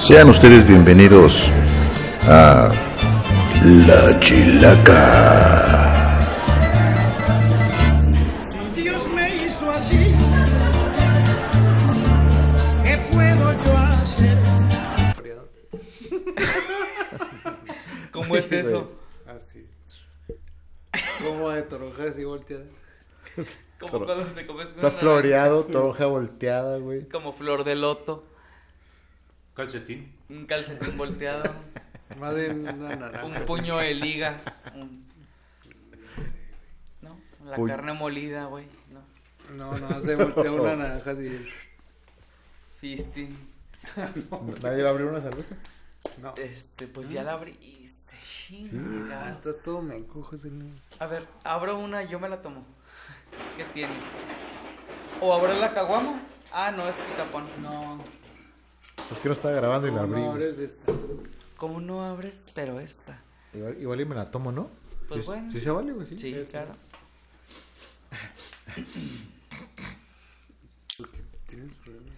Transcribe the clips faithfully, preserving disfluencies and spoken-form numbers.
Sean ustedes bienvenidos a La Chilaca. Dios me hizo así, ¿qué puedo yo hacer? ¿Cómo es eso? Así. Como de toronja así volteada. Como Toro- cuando te comes Está una floreado, naranja, toronja volteada, güey. como flor de loto, Calcetín. un calcetín volteado, Más de una naranja. un puño de ligas, un... ¿no? La Puñ- carne molida, güey, ¿no? No, no, se voltea una naranja así. Fisting. ¿Nadie va a abrir una cerveza? No. Este, pues ya la abriste, chinga. Ah, estás todo menco, José. A ver, abro una y yo me la tomo. ¿Qué tiene? ¿O abro la caguama? Ah, no, es picapón. No. Es que no estaba grabando y la No, abrí. no güey. abres esta. ¿Cómo no abres? Pero esta. Igual, igual y me la tomo, ¿no? Pues Sí- bueno. Sí se vale, güey, sí. Sí, Esta. claro. ¿Tienes problemas?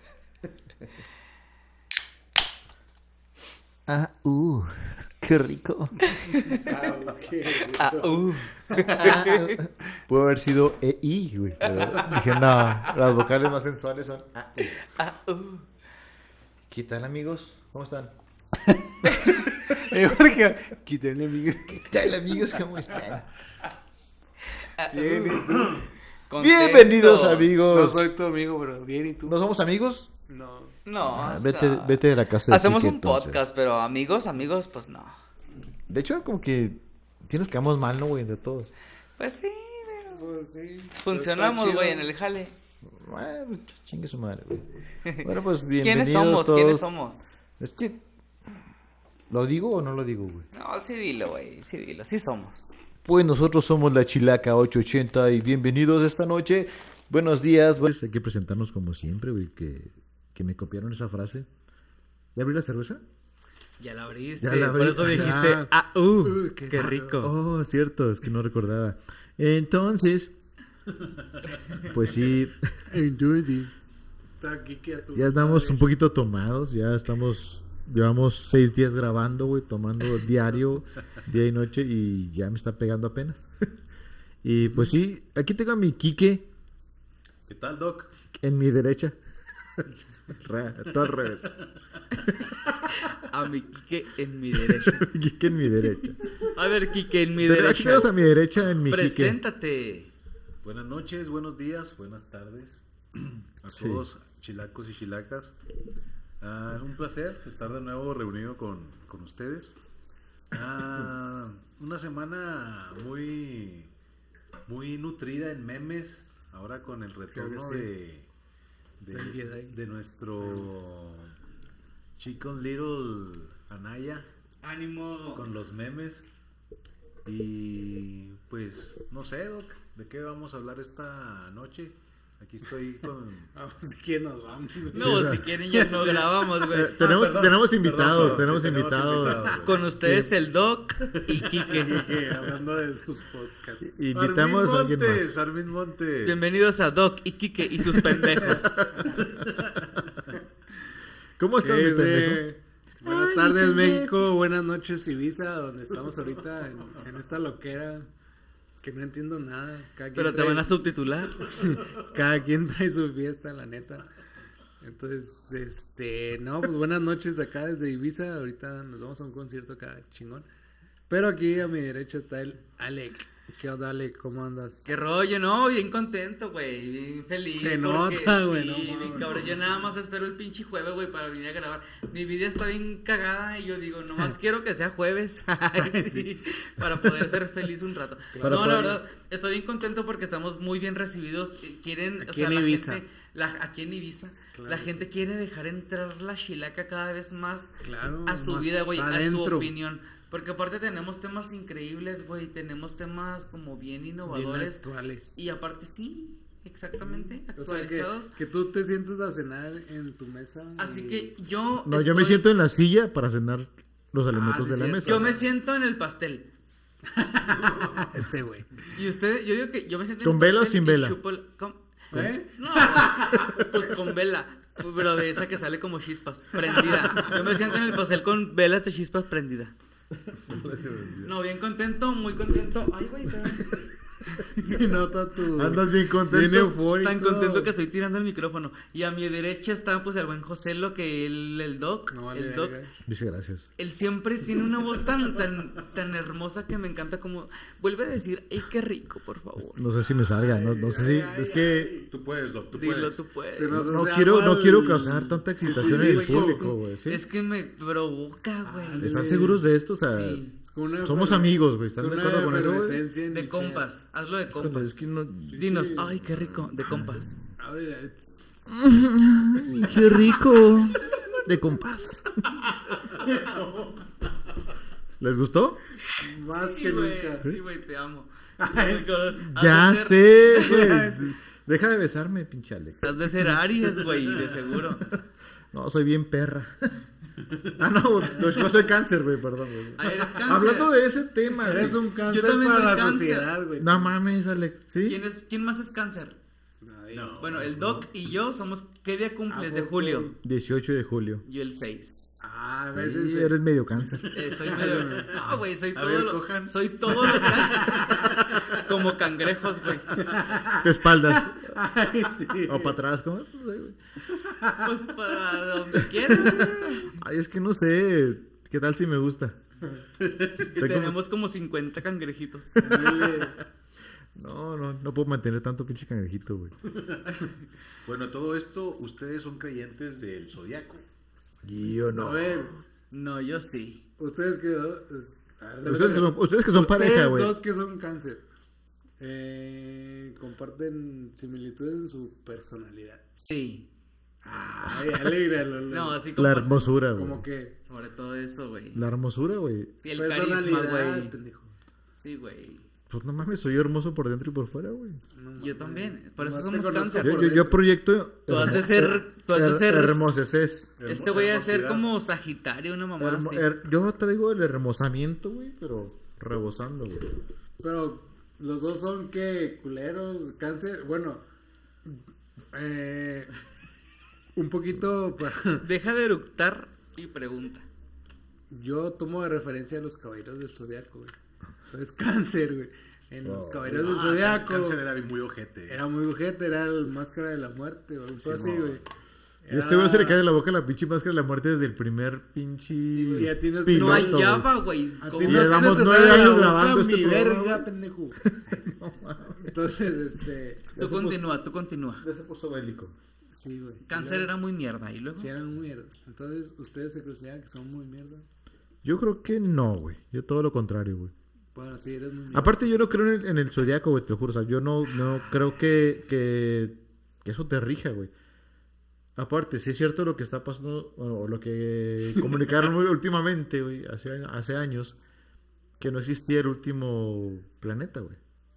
Ah, uh, qué rico. Ah, ok. Ah, uh. Pudo haber sido E I, güey. pero Dije, no, las vocales más sensuales son A, E. Ah, uh. ¿Qué tal, amigos? ¿Cómo están? Eh, porque quítale, amigo. ¿Qué tal, amigos? ¿Cómo están? Ah, Bien, uh. ¿y tú? Contento. Bienvenidos, No amigos. soy tu amigo, pero bien, ¿y tú? ¿No somos amigos? No. No, Ah, o vete, sea, vete de la casa de hacemos Quique, un entonces. podcast, pero amigos, amigos, pues no. De hecho, como que sí nos quedamos mal, ¿no, güey? De todos. Pues sí, pero Pues sí. funcionamos, Está güey, chido. en el jale. Bueno, chingue su madre, güey. Bueno, pues bienvenidos ¿Quiénes somos? todos. ¿Quiénes somos? Es que... ¿Lo digo o no lo digo, güey? No, sí dilo, güey, sí dilo, sí somos. Pues nosotros somos la Chilaca ochocientos ochenta y bienvenidos esta noche. Buenos días, güey. Hay que presentarnos como siempre, güey, que, que me copiaron esa frase. ¿Ya abrí la cerveza? Ya la abriste, Ya la abrí. por eso dijiste, Ya. ah, uh, Uy, qué, qué rico. Oh, cierto, es que no recordaba. Entonces, pues sí, Entonces, está aquí que a tu ya estamos madre. un poquito tomados, ya estamos, llevamos seis días grabando, güey, tomando diario, día y noche, y ya me está pegando apenas. Y pues sí, aquí tengo a mi Quique ¿Qué tal, Doc? en mi derecha. Ra- Todo al revés. A mi Quique en mi derecha. Quique en mi derecha. A ver, Quique en mi Pero aquí derecha. tenemos a mi derecha en mi Quique. Preséntate. Buenas noches, buenos días, buenas tardes a Sí. todos, chilacos y chilacas. Ah, es un placer estar de nuevo reunido con, con ustedes. Ah, una semana muy, muy nutrida en memes, ahora con el retorno Claro que sí. de, Del de, Jedi. de nuestro Chicken Little Anaya. Ánimo. Con los memes. Y pues, no sé, Doc, ¿de qué vamos a hablar esta noche? Aquí estoy con... Vamos, ¿quién nos vamos? No, si quieren ya no grabamos, güey. Tenemos, perdón, tenemos perdón, invitados, perdón, tenemos sí, tenemos invitados. invitados. Con ustedes el Doc y Quique. Eh, hablando de sus podcasts. Invitamos a alguien Montes, más. Armin Montes. Bienvenidos a Doc y Quique y sus pendejos. ¿Cómo estás, mi Eh, pendejo? eh, Buenas tardes, México. Buenas noches, Ibiza, donde estamos ahorita en, en esta loquera que no entiendo nada. Cada quien Pero te trae- van a subtitular. Cada quien trae su fiesta, la neta. Entonces, este, no, pues buenas noches acá desde Ibiza. Ahorita nos vamos a un concierto acá chingón. Pero aquí a mi derecha está el Alec. ¿Qué onda, Alec? ¿Cómo andas? Qué rollo, no, bien contento, güey, bien feliz. Se porque nota, güey, sí, no bien mames. cabrón. Yo nada más espero el pinche jueves, güey, para venir a grabar. Mi vida está bien cagada y yo digo, nomás quiero que sea jueves. Ay, sí, para poder ser feliz un rato. Para no, la poder- verdad, estoy bien contento porque estamos muy bien recibidos. Eh, Quieren, o Aquí sea, en la Ibiza. gente, la, aquí en Ibiza, Claro la que gente quiere dejar entrar la chilaca cada vez más Claro, a su más vida, güey, a su adentro. opinión. Porque aparte tenemos temas increíbles, güey, tenemos temas como bien Bien innovadores. actuales. Y aparte sí, exactamente, O sea, que, actualizados. que tú te sientes a cenar en tu mesa. Así y- que yo No, yo me estoy- siento en la silla para cenar los alimentos sí, de la cierto. mesa. yo me siento en el pastel. Este güey. Y usted, yo digo que yo me siento ¿Con en el vela o pastel sin y vela? chupo el- con- ¿Eh? No, pues con vela. Pero de esa que sale como chispas, prendida. Yo me siento en el pastel con velas de chispas prendida. No, bien contento, muy contento. Ay, güey, pero... Se nota tu... Andas bien contento. Bien eufórico. Tan contento que estoy tirando el micrófono. Y a mi derecha está pues el buen José, lo que el, el Doc. No vale el Doc. verga. Dice gracias. Él siempre tiene una voz tan, tan, tan hermosa que me encanta como... Vuelve a decir, ¡ay, qué rico, por favor! No sé si me salga, no, no sé si... Es que Tú puedes, Doc, tú Dilo, puedes. tú puedes. Se nos no hace quiero, agua no el- quiero causar tanta excitación Sí, en el güey, público, güey. ¿sí? Es que me provoca, güey. ¿Están seguros de esto? O sea, Sí. Es como una somos efer- amigos, güey. ¿Están es de una acuerdo con eso, güey? efervescencia De inicial. compas, hazlo de compas. Es que no... Dinos, Sí. ay, qué rico, de compas. Ábrela. ¡Qué rico! De compás. ¿Les gustó? Más Sí, que güey, nunca. sí, güey, te amo. Ya Has de ser- sé, güey. Deja de besarme, pinche Alex. Has de ser Aries, güey, de seguro. No, soy bien perra. Ah, no, no, yo soy cáncer, güey, perdón, güey. Ah, eres cáncer. Hablando de ese tema, güey. Eres un cáncer Yo también para soy la cáncer. sociedad, güey. No mames, Alex. ¿Sí? ¿Quién, es, ¿Quién más es cáncer? Nadie. No. Bueno, el Doc y yo somos... ¿Qué día ¿A cumples de poco? julio? dieciocho de julio. Yo el seis. Ah, a Sí, veces... eres medio cáncer. Eh, soy medio... No, güey, soy todo ver, lo... cojan. Soy todo lo que... Como cangrejos, güey. De espaldas. Ay, sí. O para atrás, ¿cómo? No sé, güey. Pues para donde quieras. Ay, es que no sé. ¿Qué tal si me gusta? Tengo- Tenemos como cincuenta cangrejitos. No, no, no puedo mantener tanto pinche cangrejito, güey. Bueno, todo esto, ustedes son creyentes del zodiaco. Y yo A no. ver, No, yo sí. ustedes que... es- a ver, Ustedes que son, ustedes que son ustedes pareja, güey. dos que son cáncer. Eh, comparten similitudes en su personalidad. Sí. Ay, alégralo. No, así como... La hermosura, güey. Como que... Sobre todo eso, güey. La hermosura, güey. Sí, el carisma, personalidad, güey. pendejo. Sí, güey. Pues no mames, soy hermoso por dentro y por fuera, güey. No, Yo mames. también. Por eso Nomás somos te conozco cáncer. Yo, por yo, yo dentro. proyecto... Tú has de ser- tú has de her- ser- hermoseces. Este güey a ser Hermosidad. como Sagitario, una mamá Hermo- así. her- yo traigo el hermosamiento, güey, pero rebosando, güey. Pero los dos son que culeros, cáncer. Bueno, eh, un poquito para... Deja de eructar y pregunta. Yo tomo de referencia a los caballeros del zodiaco, güey. Entonces, cáncer, güey. En los caballeros del Ah, zodiaco Cáncer era muy ojete. era muy ojete, era el máscara de la muerte o algo así, no. güey. Y este güey se le cae de la boca la pinche máscara de la muerte desde el primer pinche güey, ya tienes- piloto, No güey. hallaba, güey. A ¿Cómo? ti Y no te llevamos te nueve sale de la años boca grabando este mi programa, verga, güey. pendejo. Entonces, este... Tú continúa, tú continúa. Ya se puso bélico. Sí, güey. Cáncer era muy mierda. ¿Y luego? Sí, eran muy mierda. Entonces, ¿ustedes se consideran que son muy mierda? Yo creo que no, güey. Yo todo lo contrario, güey. Bueno, sí, eres muy mierda. Aparte, yo no creo en el, en el zodiaco, güey, te lo juro. O sea, yo no, no creo que, que, que eso te rija, güey. Aparte, sí es cierto lo que está pasando, o lo que comunicaron muy últimamente, güey, hace, hace años, que no existía el último planeta, güey.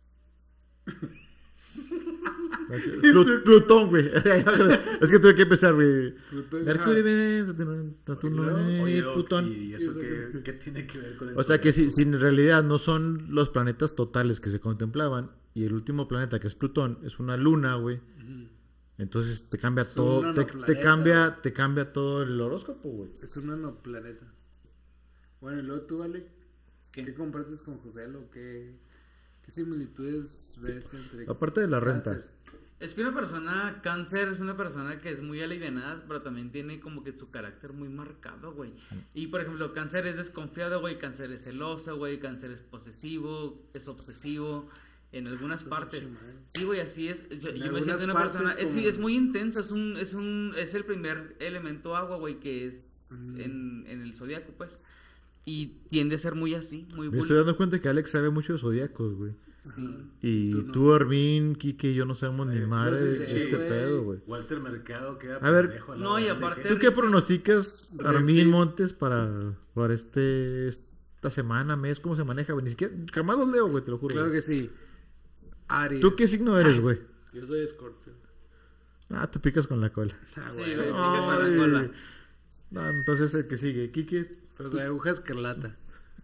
Plu- Plutón, güey. Es que tuve que empezar, güey. Plutón, Mercurio, ajá. Venus, Saturno, Saturno, Oye, eh, Doc, Plutón. ¿y eso qué, qué tiene que ver con el O sea que si, zodiaco? si en realidad no son los planetas totales que se contemplaban y el último planeta que es Plutón es una luna, güey. Entonces te cambia Es todo, un te, nanoplaneta, te cambia, te cambia todo el horóscopo, güey. Es un nanoplaneta. Bueno, y luego tú, Ale, ¿qué, compartes con José? Lo que... ¿Qué similitudes ves entre... Aparte de la renta. cáncer? Es que una persona, cáncer, es una persona que es muy alivianada, pero también tiene como que su carácter muy marcado, güey. Y por ejemplo, cáncer es desconfiado, güey, cáncer es celoso, güey, cáncer es posesivo, es obsesivo en algunas Su partes. pinche madre. Sí, güey, así es. Yo, En yo me algunas siento una partes persona, es, sí, como- es muy intenso, es un, es un, es el primer elemento agua, güey, que es Mm. en, en el zodiaco, pues. Y tiende a ser muy así, muy Me bull- estoy dando cuenta que Alex sabe mucho de zodiacos, güey. Sí. Y Tú no. tú, Armin, Kike y yo no sabemos ni madre sí de sé, este güey. pedo, güey. Walter Mercado queda A ver, pendejo a la no, y hora de aparte- que- ¿Tú qué pronosticas, Armin Reptil. Montes, para, para este esta semana, mes? ¿Cómo se maneja, güey? Ni siquiera, jamás los leo, güey, te lo juro. Claro güey. que sí. Aries. ¿Tú qué signo eres, güey? Yo soy Escorpio. Ah, te picas con la cola. Ah, Sí, güey. güey, Ay. pica con la cola. No, entonces el que sigue. Kike, Pero soy aguja escarlata.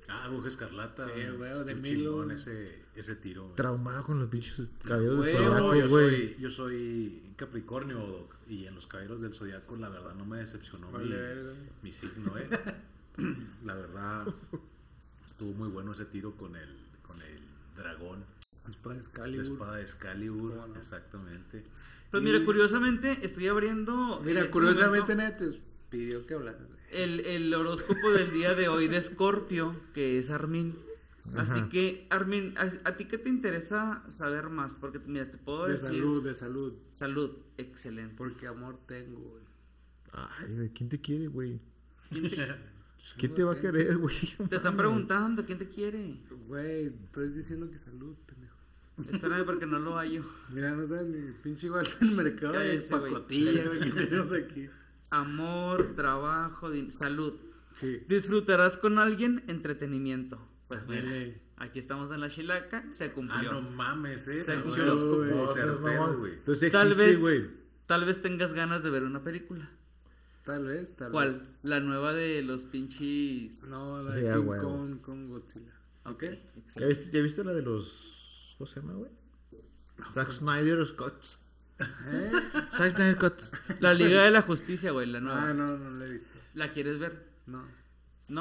Ah, Bruja Escarlata. Sí, güey, Estuvo de Milo. chingón ese, ese tiro. güey. Traumado con los pinches caballeros del Güey, No, Zodiaco, yo, güey. soy, yo soy Capricornio y en los Caballeros del Zodiaco la verdad no me decepcionó Vale, mi, verga. mi signo, eh. La verdad estuvo muy bueno ese tiro con el con el dragón, Espada la Excalibur. espada de Excalibur, ¿Cómo no? exactamente. Pues mira, curiosamente estoy abriendo. en Mira, este curiosamente momento nadie te pidió que hablaras. güey. el, el horóscopo del día de hoy de Escorpio, que es Armin. Así Ajá. que, Armin, ¿a, a ti qué te interesa saber más? Porque, mira, te puedo De decir. salud, de salud. Salud, excelente. Porque amor tengo, güey. Ay, güey, ¿quién te quiere, güey? ¿Quién te, ¿Quién te va a querer, güey? te están preguntando quién te quiere? Güey, estoy diciendo que salud, pendejo. Espérame porque no lo hallo. Mira, no sabes ni pinche igual el mercado de Cállese, güey. pacotilla, güey, que tenemos aquí. Amor, trabajo, din- salud. Sí. Disfrutarás con alguien entretenimiento. Pues mira, Dale. aquí estamos en la Chilaca, se Ah, cumplió. no mames, eh. Se No, cumplió, horóscopo güey. No, certero, seas mamón. güey. Entonces Tal existe, vez, güey. tal vez tengas ganas de ver una película. Tal vez, tal ¿Cuál? vez. La nueva de los pinches. No, la Sí, de a King huevo. Kong con Godzilla. Ok. ¿Ya excelente. viste, ¿Ya viste la de los... ¿Cómo se llama, güey? Zack Snyder Scott. ¿Eh? Zack Snyder Scott. La Liga de la Justicia, güey, la nueva. Ah, no, no la he visto. ¿La quieres ver? No. ¿No?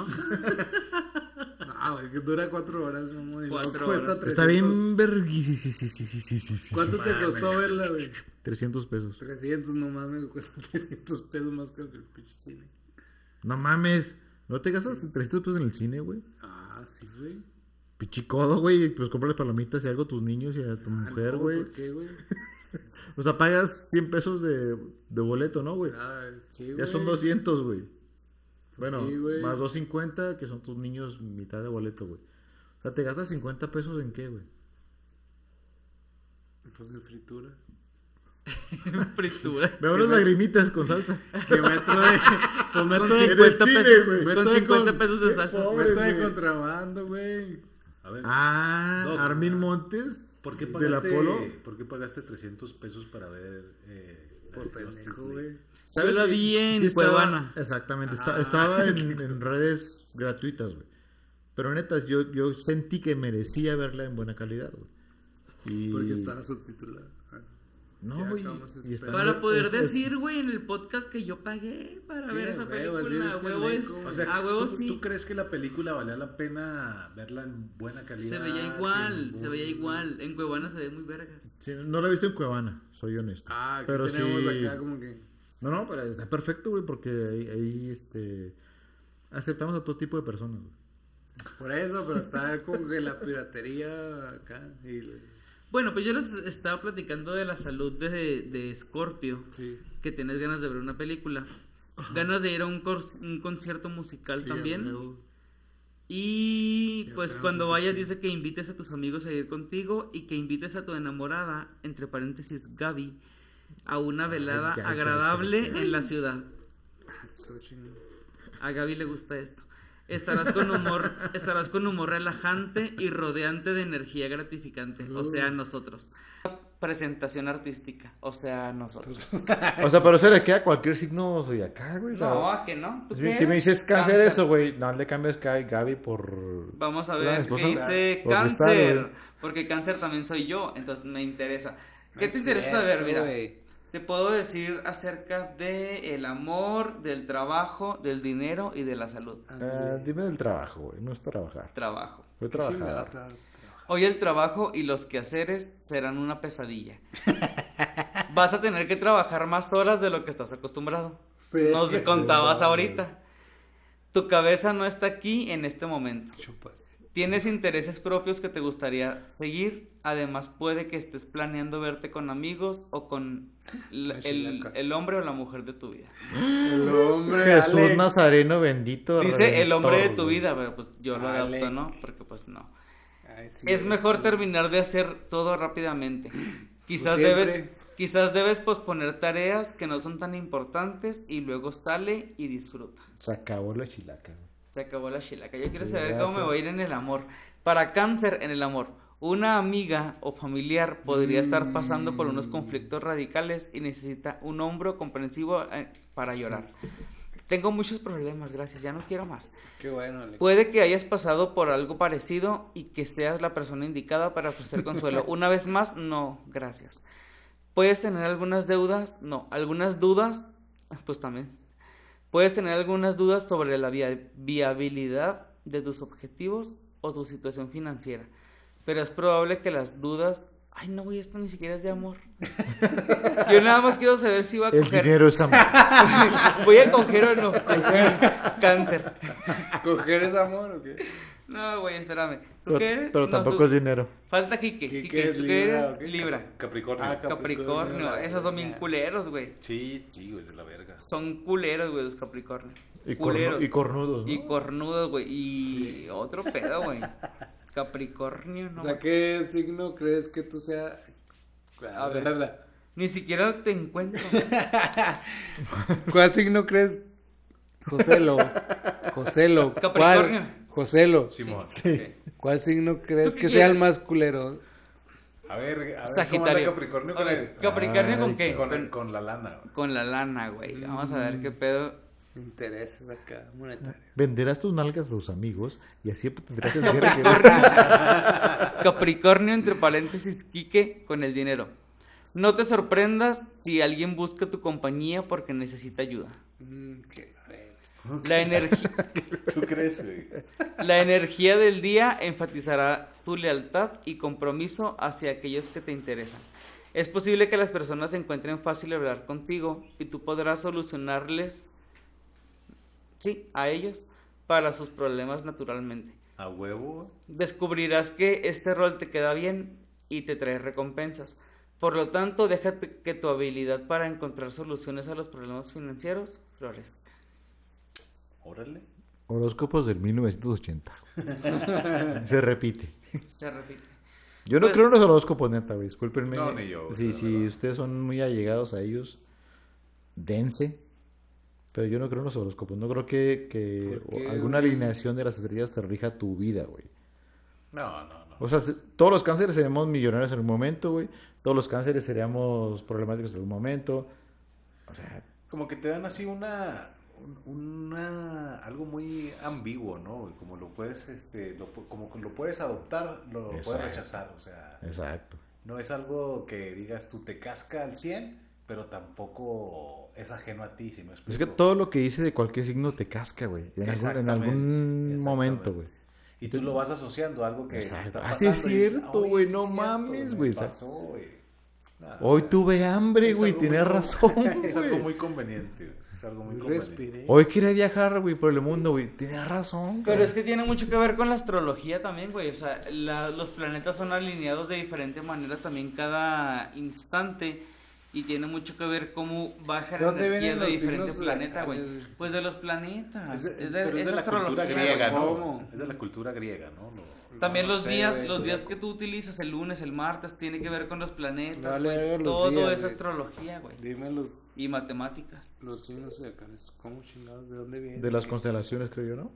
No, güey, que dura cuatro horas, mamón. Y luego Cuatro cuesta horas. trescientos. Está bien verguísima. Sí, sí, sí, sí, sí, sí, sí. ¿Cuánto te Mames. costó verla, güey? trescientos pesos. trescientos, no mames, cuesta trescientos pesos más caro que el pinche cine. No mames. ¿No te gastas trescientos pesos en el cine, güey? Ah, sí, güey. Pichicodo, güey. Pues cómprale palomitas y algo a tus niños y a tu Ah, mujer, no, güey. ¿Por qué, güey? O sea, pagas cien pesos de, de boleto, ¿no, güey? Ah, sí, Ya güey. son doscientos, güey. Bueno, Sí, güey. más doscientos cincuenta que son tus niños mitad de boleto, güey. O sea, ¿te gastas cincuenta pesos en qué, güey? Pues en fritura. Fritura. Me unas lagrimitas con salsa. Que metro de... Pues Con metro de... cincuenta cine, pesos, güey. con Método cincuenta con- pesos de salsa. pobre, Metro de güey. contrabando, güey. A ver, Ah, Doc. Armin Montes. ¿por qué del pagaste, Apolo. ¿por qué pagaste trescientos pesos para ver eh, la Por de Justice pendejo, League? güey. Yo la que vi en sí estaba- Cuevana. Exactamente, está- Ah. estaba en, en redes gratuitas, güey. Pero neta, yo, yo sentí que merecía verla en buena calidad, güey. Y... Porque estaba subtitulado. Ah. No, Ya güey. acabamos ese y está- pedo. Para poder es- es- decir, güey, en el podcast que yo pagué para Qué ver esa huevo, así película. eres A huevo es. pendejo. O sea, A huevo ¿tú, sí. ¿tú crees que la película valía la pena verla en buena calidad? Se veía igual, sin se veía ningún- igual. En Cuevana se ve muy vergas. Sí, no la he visto en Cuevana, soy honesto. Ah, aquí pero tenemos sí... acá como que... No, no, pero está perfecto, güey, porque ahí, ahí, este... aceptamos a todo tipo de personas, güey. Por eso, pero está como que la piratería acá. Y... Bueno, pues yo les estaba platicando de la salud de, de Scorpio. Sí. Que tienes ganas de ver una película. Ganas de ir a un, cor- un concierto musical Sí, también. a huevo. Y Ya pues tenemos cuando un vayas poquito. dice que invites a tus amigos a ir contigo y que invites a tu enamorada, entre paréntesis Gaby, a una velada ya, ya, agradable ya, ya. en la ciudad. Eso, chingón. A Gaby le gusta esto. Estarás con humor, estarás con humor relajante y rodeante de energía gratificante, o sea, nosotros. Presentación artística, o sea, nosotros. O sea, pero se le queda cualquier signo zodiacal, güey. No, ¿a que no? ¿Tú Si, qué si me eres? dices cáncer, Cáncer. eso, güey, no le cambias Ga- Gaby por... Vamos a La ver esposa- qué dice por cáncer, estar, güey. porque cáncer también soy yo, entonces me interesa. No ¿Qué es te interesa cierto, saber? Mira, güey. te puedo decir acerca de el amor, del trabajo, del dinero y de la salud. Ah, dime del trabajo, güey, no es trabajar. Trabajo. Voy a Sí, trabajar. está- Hoy el trabajo y los quehaceres serán una pesadilla. Vas a tener que trabajar más horas de lo que estás acostumbrado. Nos contabas ahorita. Tu cabeza no está aquí en este momento. Chupa. Tienes intereses propios que te gustaría seguir. Además, puede que estés planeando verte con amigos o con l- La el, chilaca. el hombre o la mujer de tu vida. El hombre, Jesús Alex. Nazareno bendito. Dice el hombre de Redentor, tu güey. vida, pero pues yo lo adopto, Alex. ¿no? Porque pues no. Ay, sí, Es güey. mejor terminar de hacer todo rápidamente. Quizás Pues debes, siempre. quizás debes posponer tareas que no son tan importantes y luego sale y disfruta. Se acabó la chilaca, güey. Se acabó la chilaca. Yo quiero Sí, saber gracias. cómo me voy a ir en el amor. Para cáncer en el amor, una amiga o familiar podría estar pasando por unos conflictos radicales y necesita un hombro comprensivo eh, para llorar. Tengo muchos problemas, gracias, ya no quiero más. Qué bueno, Alex. Puede que hayas pasado por algo parecido y que seas la persona indicada para ofrecer consuelo. Una vez más, no, gracias. ¿Puedes tener algunas deudas? No. ¿Algunas dudas? Pues también. ¿Puedes tener algunas dudas sobre la via- viabilidad de tus objetivos o tu situación financiera? Pero es probable que las dudas... Ay, no, güey, esto ni siquiera es de amor. Yo nada más quiero saber si va a El coger... dinero es amor. ¿Voy a coger o no? Cáncer. ¿Coger es amor o qué? No, güey, espérame. ¿Tú Pero, qué eres? pero No, tampoco tú- es dinero. Falta Quique. Quique Quique, es ¿tú qué Libra, eres? ¿o qué? Libra. Capricornio. Ah, Capricornio. la Esos son verga. bien culeros, güey. Sí, sí, güey, de la verga. Son culeros, güey, los Capricornios. Y, cornu- Culeros. y cornudos, ¿no? Y cornudos, güey. Y otro pedo, güey. Capricornio, no. O sea, ¿qué signo crees que tú seas? A ver. Ni siquiera te encuentro. ¿Cuál signo crees? Joselo. Joselo. Capricornio. ¿Cuál? Joselo. Simón. ¿Cuál signo crees ¿Tú qué que sea el quieres? más culero? A ver, a ver, ¿cómo anda Sagitario. Capricornio A con ver, el... Capricornio con Ay, qué? Con, Con, con la lana, güey. con la lana, güey. Vamos a ver qué pedo. Intereses acá, monetarios. Venderás tus nalgas a tus amigos y así tendrás el dinero que... Capricornio, entre paréntesis, Quique, con el dinero. No te sorprendas si alguien busca tu compañía porque necesita ayuda. Mm, qué feo. La energía, ¿Tú crees, güey? la energía del día enfatizará tu lealtad y compromiso hacia aquellos que te interesan. Es posible que las personas se encuentren fácil hablar contigo y tú podrás solucionarles, sí, a ellos, para sus problemas naturalmente. A huevo, güey. Descubrirás que este rol te queda bien y te trae recompensas. Por lo tanto, déjate que tu habilidad para encontrar soluciones a los problemas financieros florezca. Órale. Horóscopos del mil novecientos ochenta. Se repite. Se repite. Yo no Pues- creo en los horóscopos, neta, güey. Discúlpenme. No, ni yo, güey, Sí, la si verdad. ustedes son muy allegados a ellos, dense. Pero yo no creo en los horóscopos. No creo que, que ¿Por qué, alguna güey? alineación de las estrellas te rija tu vida, güey. No, no, no. O sea, se- todos los cánceres seríamos millonarios en algún momento, güey. Todos los cánceres seríamos problemáticos en algún momento. O sea, Como que te dan así una... un- una algo muy ambiguo, ¿no? güey? Como lo puedes, este, lo, pu- como que lo puedes adoptar, lo Exacto. puedes rechazar. O sea, exacto. no es algo que digas tú te casca al cien, pero tampoco es ajeno a ti, si me Es explico. que todo lo que dice de cualquier signo te casca, güey. En algún, en Exactamente, algún exactamente. momento, güey. Y tú lo vas asociando a algo que Exacto. está Ah, sí pasando. es y dices, cierto, "Oye, güey, sí no es cierto, mames, me güey". pasó, güey. Nada, Hoy o sea, tuve hambre, es güey. algo Tienes muy- razón, Es algo güey. muy conveniente, güey. Es algo muy conveniente. Respiré. Hoy quería viajar, güey, por el mundo, güey. Tienes razón, Pero güey. es que tiene mucho que ver con la astrología también, güey. O sea, la- los planetas son alineados de diferente manera también cada instante. Y tiene mucho que ver cómo baja ¿De la dónde energía vienen de los diferentes signos planetas, güey. zodiacales? Pues de los planetas. Es de, Es de, pero es es de la cultura astrología, griega, güey. ¿no? ¿Cómo? Es de la cultura griega, ¿no? Lo- También No los sé, días, güey, los días zodiaco. que tú utilizas, el lunes, el martes, tiene que ver con los planetas, Dale, güey. los Todo días, es güey. astrología, güey. Dime los, Y matemáticas. los signos zodiacales. ¿Cómo chingados? ¿De dónde vienen? De las constelaciones, creo yo, ¿no?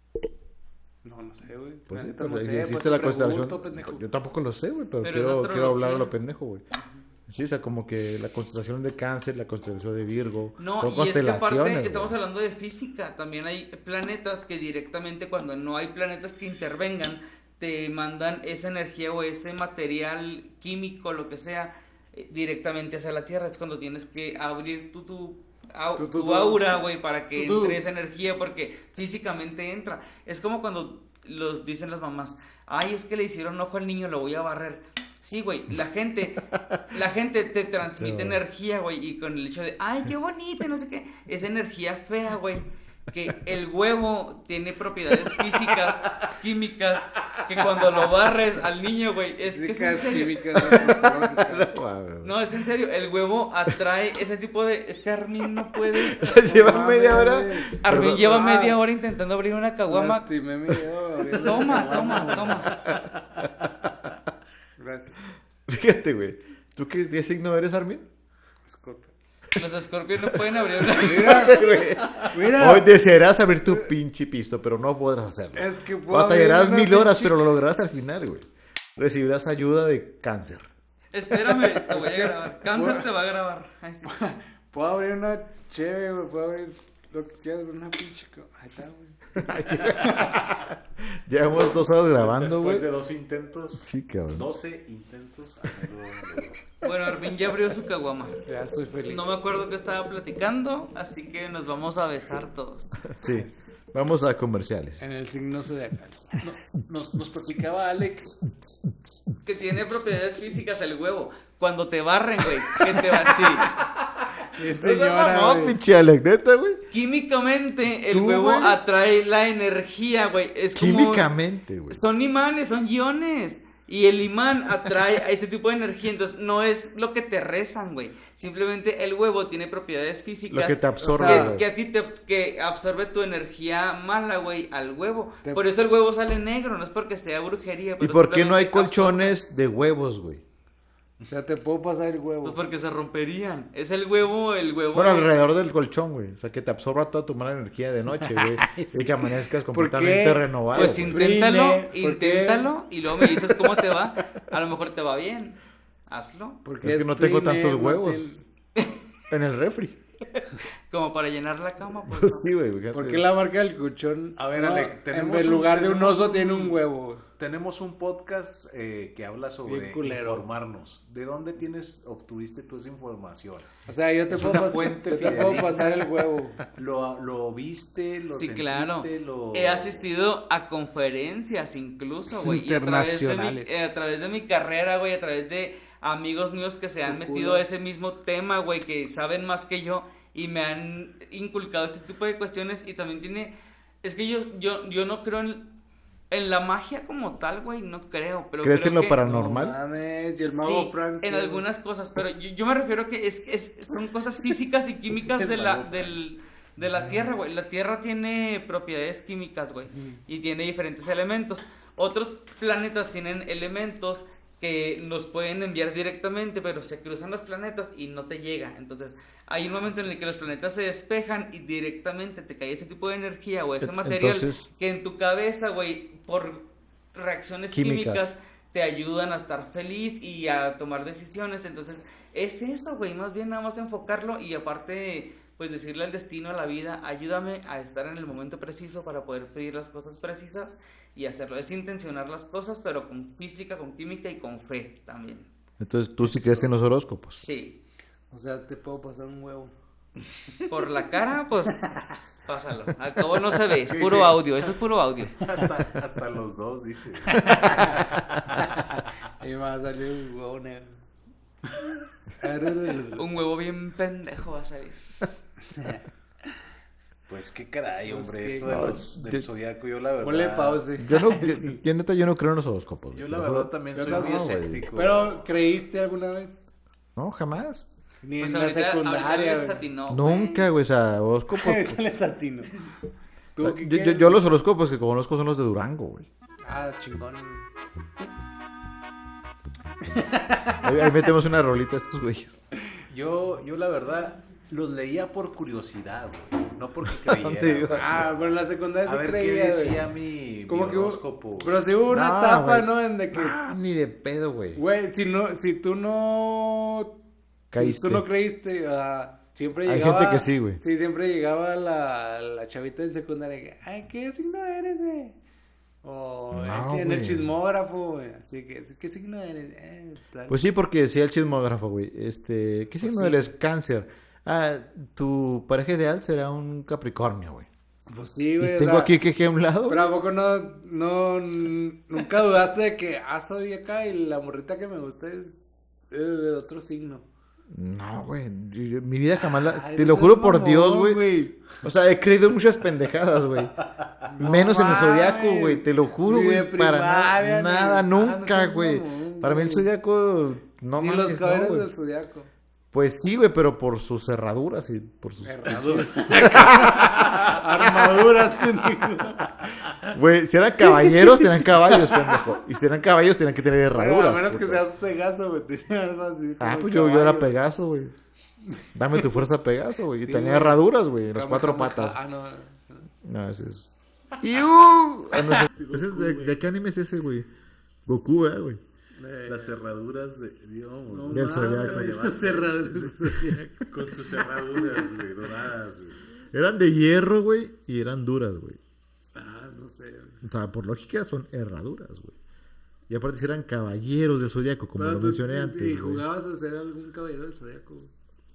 No, no sé, güey. Pues La sí, neta pues no sé, existe pues la te pregunto, constelación. pendejo. Yo tampoco lo sé, güey, pero, Pero es quiero, quiero hablar a lo astrología. pendejo, güey. Sí, o sea, como que la constelación de Cáncer, la constelación de Virgo. No, son y es que aparte constelaciones, estamos güey. hablando de física. También hay planetas que directamente, cuando no hay planetas que intervengan, te mandan esa energía o ese material químico, lo que sea, eh, directamente hacia la Tierra. Es cuando tienes que abrir tu, tu, au- Tu, tu, tu tu. aura, güey, para que Tu, tu. entre esa energía, porque físicamente entra. Es como cuando los dicen las mamás, ay, es que le hicieron ojo al niño, lo voy a barrer. Sí, güey, la gente, la gente te transmite Sí, güey. energía, güey, y con el hecho de, ay, qué bonita, no sé qué, esa energía fea, güey, que el huevo tiene propiedades físicas, químicas, que cuando lo barres al niño, güey, es que es en Físicas, serio. químicas, astrológicas. Guau, No, es en serio, el huevo atrae ese tipo de, es que Armin no puede, Se lleva No media mames, hora. güey. Armin Perdón. lleva Ah. media hora intentando abrir una caguama. Lastimé mi dedo abriendo Toma, la toma, caguama. toma. Gracias. Fíjate, güey. ¿Tú qué, qué signo eres, Armin? Scorpio. Los escorpios no pueden abrir una... Mira, güey. mira. Hoy desearás abrir tu pinche pisto, pero no podrás hacerlo. Es que puedo Batallarás abrir una mil horas, pinche- pero lo lograrás al final, güey. Recibirás ayuda de Cáncer. Espérame, te voy a grabar. Cáncer te va a grabar. Ay, sí. Puedo abrir una chévere, güey. Puedo abrir lo que quieras, una pinche... co- Ahí está, güey. Llevamos dos horas grabando, güey. Después de dos intentos, Sí, cabrón. doce intentos, Anedo logró. Bueno, Arvin ya abrió su caguama. Ya soy feliz. No me acuerdo qué estaba platicando, así que nos vamos a besar todos. Sí. Vamos a comerciales. En el signo zodiacal. Nos, nos platicaba Alex. Que tiene propiedades físicas el huevo. Cuando te barren, güey, que te va así. Bien, Señora, señora, no, güey. pinche Alex, neta, güey. Químicamente, el ¿Tú, huevo güey? atrae la energía, güey. Es como... Químicamente, güey. Son imanes, son iones. Y el imán atrae a este tipo de energía. Entonces, no es lo que te rezan, güey. Simplemente el huevo tiene propiedades físicas. Lo que te absorbe, o sea, güey. que a ti te que absorbe tu energía mala, güey, al huevo. Te- Por eso el huevo sale negro. No es porque sea brujería. ¿Y pero por qué no hay simplemente absorbe. colchones de huevos, güey? O sea, te puedo pasar el huevo. Pues porque se romperían. Es el huevo, el huevo. Bueno, alrededor del colchón, güey. O sea, que te absorba toda tu mala energía de noche, güey. Y que amanezcas completamente qué? renovado. Pues güey. inténtalo, Brille, ¿por qué? inténtalo y luego me dices cómo te va. A lo mejor te va bien. Hazlo. Porque Es que no tengo Sprine, tantos no huevos. tiene- En el refri. Como para llenar la cama, pues. Pues no. sí, güey. fíjate. ¿Por qué la marca del colchón? A ver, no, Alec, tenemos en un- lugar de un tenemos oso un- tiene un huevo. Tenemos un podcast eh, que habla sobre Bien culero. informarnos. ¿De dónde tienes, obtuviste tú esa información? O sea, yo te, Es puedo, una pas- fuente yo te puedo fidedigna. pasar el huevo. ¿Lo, lo viste? ¿Lo Sí, sentiste? claro. Lo... He asistido a conferencias incluso, güey. y a través de mi- Internacionales. eh, A través de mi carrera, güey, a través de amigos míos que se han Tu metido culo. a ese mismo tema, güey, que saben más que yo y me han inculcado este tipo de cuestiones y también tiene... Es que yo, yo, yo no creo en, en la magia como tal, güey, no creo, pero ¿Crees creo en lo que- paranormal? No mames, y el mago Sí, Frank. en algunas cosas, pero yo, yo me refiero que es, es son cosas físicas y químicas de la, del, de la Tierra, güey. La Tierra tiene propiedades químicas, güey, y tiene diferentes elementos. Otros planetas tienen elementos que nos pueden enviar directamente, pero se cruzan los planetas y no te llega. Entonces, hay un momento en el que los planetas se despejan y directamente te cae ese tipo de energía o ese Entonces- material que en tu cabeza, güey, por reacciones Químicas. químicas te ayudan a estar feliz y a tomar decisiones. Entonces, es eso, güey, más bien nada más enfocarlo y aparte, pues decirle al destino, a la vida, ayúdame a estar en el momento preciso para poder pedir las cosas precisas y hacerlo. Es intencionar las cosas, pero con física, con química y con fe también. Entonces, ¿tú sí crees en los horóscopos? Sí. O sea, te puedo pasar un huevo. Por la cara, pues, pásalo. Al cabo no se ve, es Sí, puro sí. audio, eso es puro audio. Hasta, hasta los dos, dice. Y me va a salir un huevo negro. Un huevo bien pendejo va a salir. Pues qué caray, Pues hombre. qué- Esto de no, los, del de- zodiaco, yo la verdad. Ponle pause. Yo no, yo, yo neta, yo no creo en los horóscopos. Yo güey. la Te lo verdad juro. también Yo soy no, muy güey. escéptico. Pero, ¿creíste alguna vez? No, jamás. Ni Pues en la ahorita, ahorita secundaria, les güey. atinó, Nunca, güey. O sea, horóscopos. Ahorita les atino. ¿Tú yo, qué yo, quieres? yo los horóscopos que conozco son los de Durango, güey. Ah, chingón. Ahí, ahí metemos una rolita a estos güeyes. Yo, yo la verdad los leía por curiosidad, güey. No porque ¿Dónde creyera. iba? güey. Ah, pero en la secundaria A sí ver qué creía, decía güey. mi, mi Como que hubo- horóscopo. Pero sí hubo una No, etapa, güey. ¿no? En de que, Ah, ni de pedo, güey. güey, si no, si tú no, Caíste. si tú no creíste, ah, siempre Hay llegaba. gente que sí, güey. Sí, siempre llegaba la, la chavita en secundaria que, ay, ¿qué signo eres, güey? O No, en el güey. chismógrafo, güey. Así que, ¿qué signo eres? Eh, tal. Pues sí, porque decía el chismógrafo, güey. Este, ¿qué Pues signo sí. eres? Cáncer. Ah, tu pareja ideal será un Capricornio, güey. Pues sí, Y güey. o tengo sea, aquí que que a un lado. Pero ¿a poco no, no, n- nunca dudaste de que, ah, soy acá y la morrita que me gusta es, es de otro signo? No, güey. yo- yo- Mi vida jamás la... Ay, Te no lo seas juro por mamón, Dios, güey. O sea, he creído en muchas pendejadas, güey. No Menos en el mames. zodiaco, güey. Te lo juro, Ni de güey. Para nada, primaria, ni- nada, Ah, no nunca, seas güey. mamón, Para mí el güey. zodiaco... No Ni mames, los no, caballeros güey. del zodiaco. Pues sí, güey, pero por sus cerraduras y por sus... Herraduras. Armaduras, pendejo. Güey, si eran caballeros, tenían caballos, pendejo. Y si eran caballos, tenían que tener Bueno, herraduras. a menos que puto. seas Pegaso, güey. Tenía algo así. Ah, como pues el yo, yo era caballo. Pegaso, güey. Dame tu fuerza, Pegaso, güey. Y Sí, tenía güey. herraduras, güey, en las Jama, cuatro jama, patas. Ah, no. No, ese es... ¡Iu! Ah, no, ese- ese es de, ¿de qué anime es ese, güey? Goku, ¿verdad, güey? Las cerraduras de Dios, No Del mames, zodiaco. las cerraduras del zodiaco. con sus cerraduras, güey, doradas, güey. Eran de hierro, güey, y eran duras, güey. Ah, no sé. Güey. O sea, por lógica son herraduras, güey. Y aparte si eran caballeros del Zodiaco, como Pero lo tú- mencioné ¿y antes, güey. jugabas a ser algún caballero del Zodíaco? Güey?